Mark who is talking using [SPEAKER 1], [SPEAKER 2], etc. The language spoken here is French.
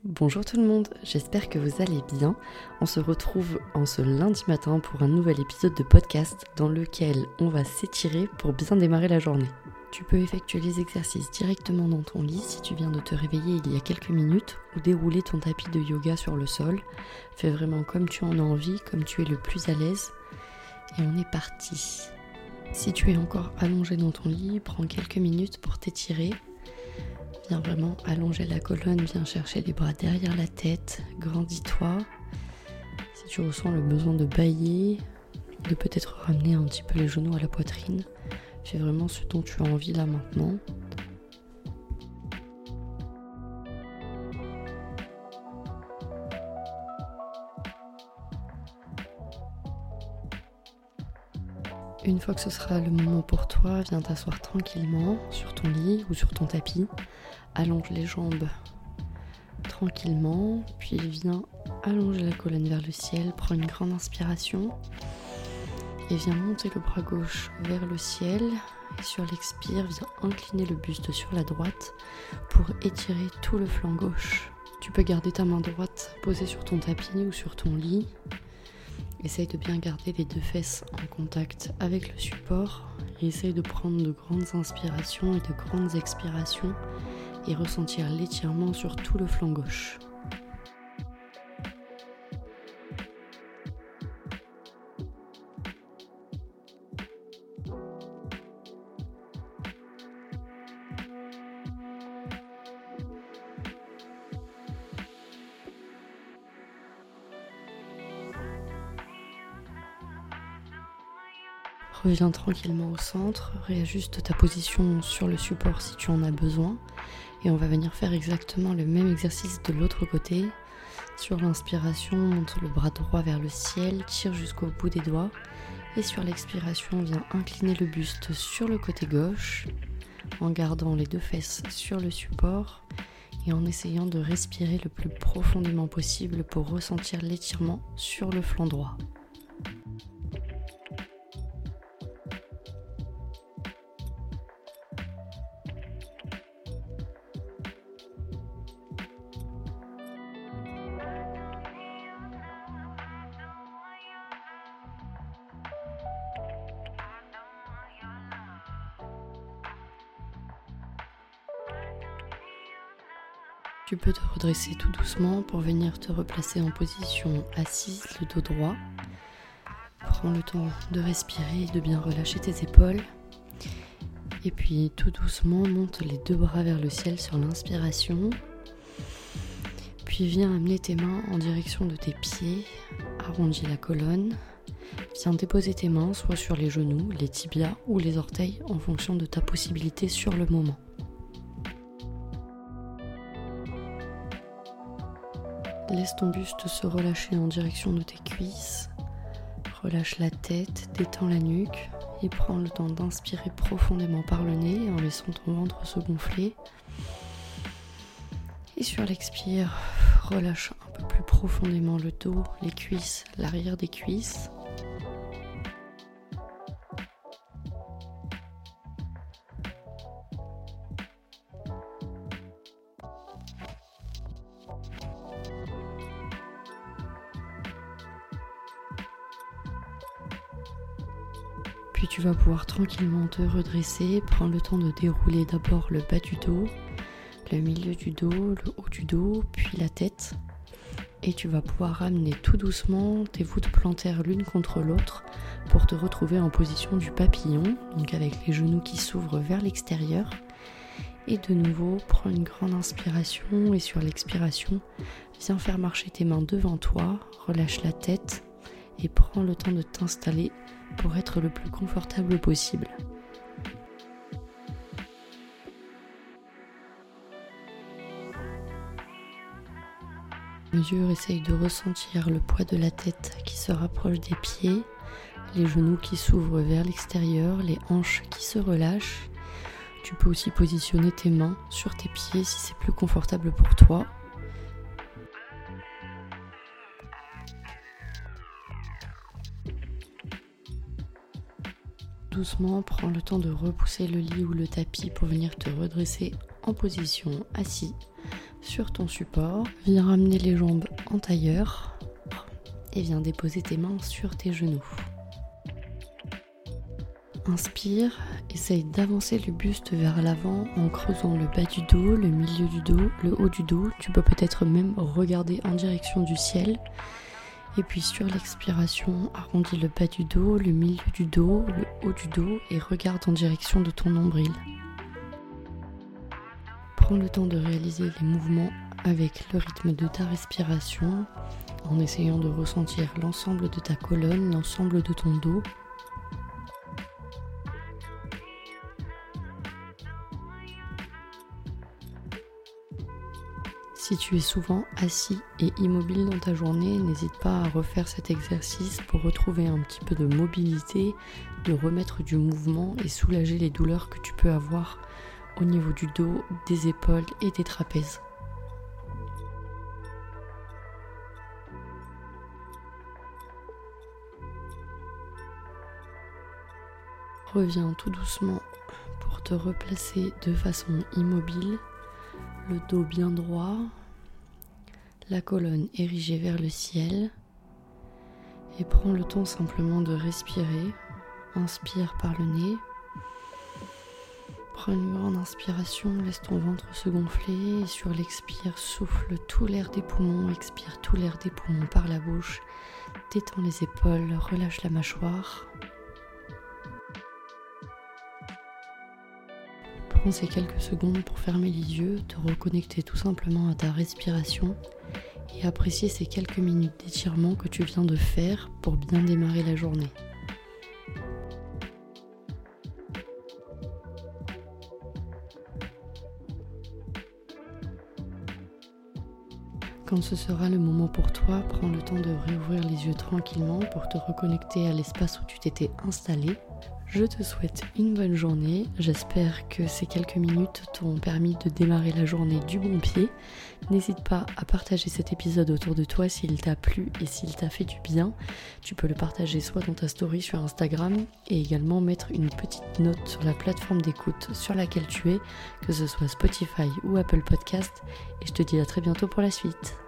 [SPEAKER 1] Bonjour tout le monde, j'espère que vous allez bien. On se retrouve en ce lundi matin pour un nouvel épisode de podcast dans lequel on va s'étirer pour bien démarrer la journée. Tu peux effectuer les exercices directement dans ton lit si tu viens de te réveiller il y a quelques minutes ou dérouler ton tapis de yoga sur le sol. Fais vraiment comme tu en as envie, comme tu es le plus à l'aise et on est parti. Si tu es encore allongé dans ton lit, prends quelques minutes pour t'étirer. Viens vraiment allonger la colonne, viens chercher les bras derrière la tête, grandis-toi. Si tu ressens le besoin de bâiller, de peut-être ramener un petit peu les genoux à la poitrine, fais vraiment ce dont tu as envie là maintenant. Une fois que ce sera le moment pour toi, viens t'asseoir tranquillement sur ton lit ou sur ton tapis. Allonge les jambes tranquillement, puis viens allonger la colonne vers le ciel. Prends une grande inspiration et viens monter le bras gauche vers le ciel. Et sur l'expire, viens incliner le buste sur la droite pour étirer tout le flanc gauche. Tu peux garder ta main droite posée sur ton tapis ou sur ton lit. Essaye de bien garder les deux fesses en contact avec le support et essaye de prendre de grandes inspirations et de grandes expirations et ressentir l'étirement sur tout le flanc gauche. Reviens tranquillement au centre, réajuste ta position sur le support si tu en as besoin et on va venir faire exactement le même exercice de l'autre côté. Sur l'inspiration, monte le bras droit vers le ciel, tire jusqu'au bout des doigts et sur l'expiration, viens incliner le buste sur le côté gauche en gardant les deux fesses sur le support et en essayant de respirer le plus profondément possible pour ressentir l'étirement sur le flanc droit. Tu peux te redresser tout doucement pour venir te replacer en position assise, le dos droit. Prends le temps de respirer et de bien relâcher tes épaules. Et puis tout doucement, monte les deux bras vers le ciel sur l'inspiration. Puis viens amener tes mains en direction de tes pieds, arrondis la colonne. Viens déposer tes mains soit sur les genoux, les tibias ou les orteils en fonction de ta possibilité sur le moment. Laisse ton buste se relâcher en direction de tes cuisses. Relâche la tête, détends la nuque et prends le temps d'inspirer profondément par le nez en laissant ton ventre se gonfler. Et sur l'expire, relâche un peu plus profondément le dos, les cuisses, l'arrière des cuisses. Puis tu vas pouvoir tranquillement te redresser, prendre le temps de dérouler d'abord le bas du dos, le milieu du dos, le haut du dos, puis la tête. Et tu vas pouvoir ramener tout doucement tes voûtes plantaires l'une contre l'autre pour te retrouver en position du papillon, donc avec les genoux qui s'ouvrent vers l'extérieur. Et de nouveau, prends une grande inspiration et sur l'expiration, viens faire marcher tes mains devant toi, relâche la tête et prends le temps de t'installer pour être le plus confortable possible. Mesure, essaye de ressentir le poids de la tête qui se rapproche des pieds, les genoux qui s'ouvrent vers l'extérieur, les hanches qui se relâchent. Tu peux aussi positionner tes mains sur tes pieds si c'est plus confortable pour toi. Doucement, prends le temps de repousser le lit ou le tapis pour venir te redresser en position assis. sur ton support. Viens ramener les jambes en tailleur et viens déposer tes mains sur tes genoux. Inspire, essaye d'avancer le buste vers l'avant en creusant le bas du dos, le milieu du dos, le haut du dos. Tu peux peut-être même regarder en direction du ciel. Et puis sur l'expiration, arrondis le bas du dos, le milieu du dos, le haut du dos et regarde en direction de ton nombril. Prends le temps de réaliser les mouvements avec le rythme de ta respiration en essayant de ressentir l'ensemble de ta colonne, l'ensemble de ton dos. Si tu es souvent assis et immobile dans ta journée, n'hésite pas à refaire cet exercice pour retrouver un petit peu de mobilité, de remettre du mouvement et soulager les douleurs que tu peux avoir au niveau du dos, des épaules et des trapèzes. Reviens tout doucement pour te replacer de façon immobile. Le dos bien droit, la colonne érigée vers le ciel et prends le temps simplement de respirer. Inspire par le nez, prends une grande inspiration, laisse ton ventre se gonfler et sur l'expire, souffle tout l'air des poumons, expire tout l'air des poumons par la bouche, détends les épaules, relâche la mâchoire. Prends ces quelques secondes pour fermer les yeux, te reconnecter tout simplement à ta respiration et apprécier ces quelques minutes d'étirement que tu viens de faire pour bien démarrer la journée. Quand ce sera le moment pour toi, prends le temps de réouvrir les yeux tranquillement pour te reconnecter à l'espace où tu t'étais installé. Je te souhaite une bonne journée, j'espère que ces quelques minutes t'ont permis de démarrer la journée du bon pied. N'hésite pas à partager cet épisode autour de toi s'il t'a plu et s'il t'a fait du bien. Tu peux le partager soit dans ta story sur Instagram et également mettre une petite note sur la plateforme d'écoute sur laquelle tu es, que ce soit Spotify ou Apple Podcast. Et je te dis à très bientôt pour la suite.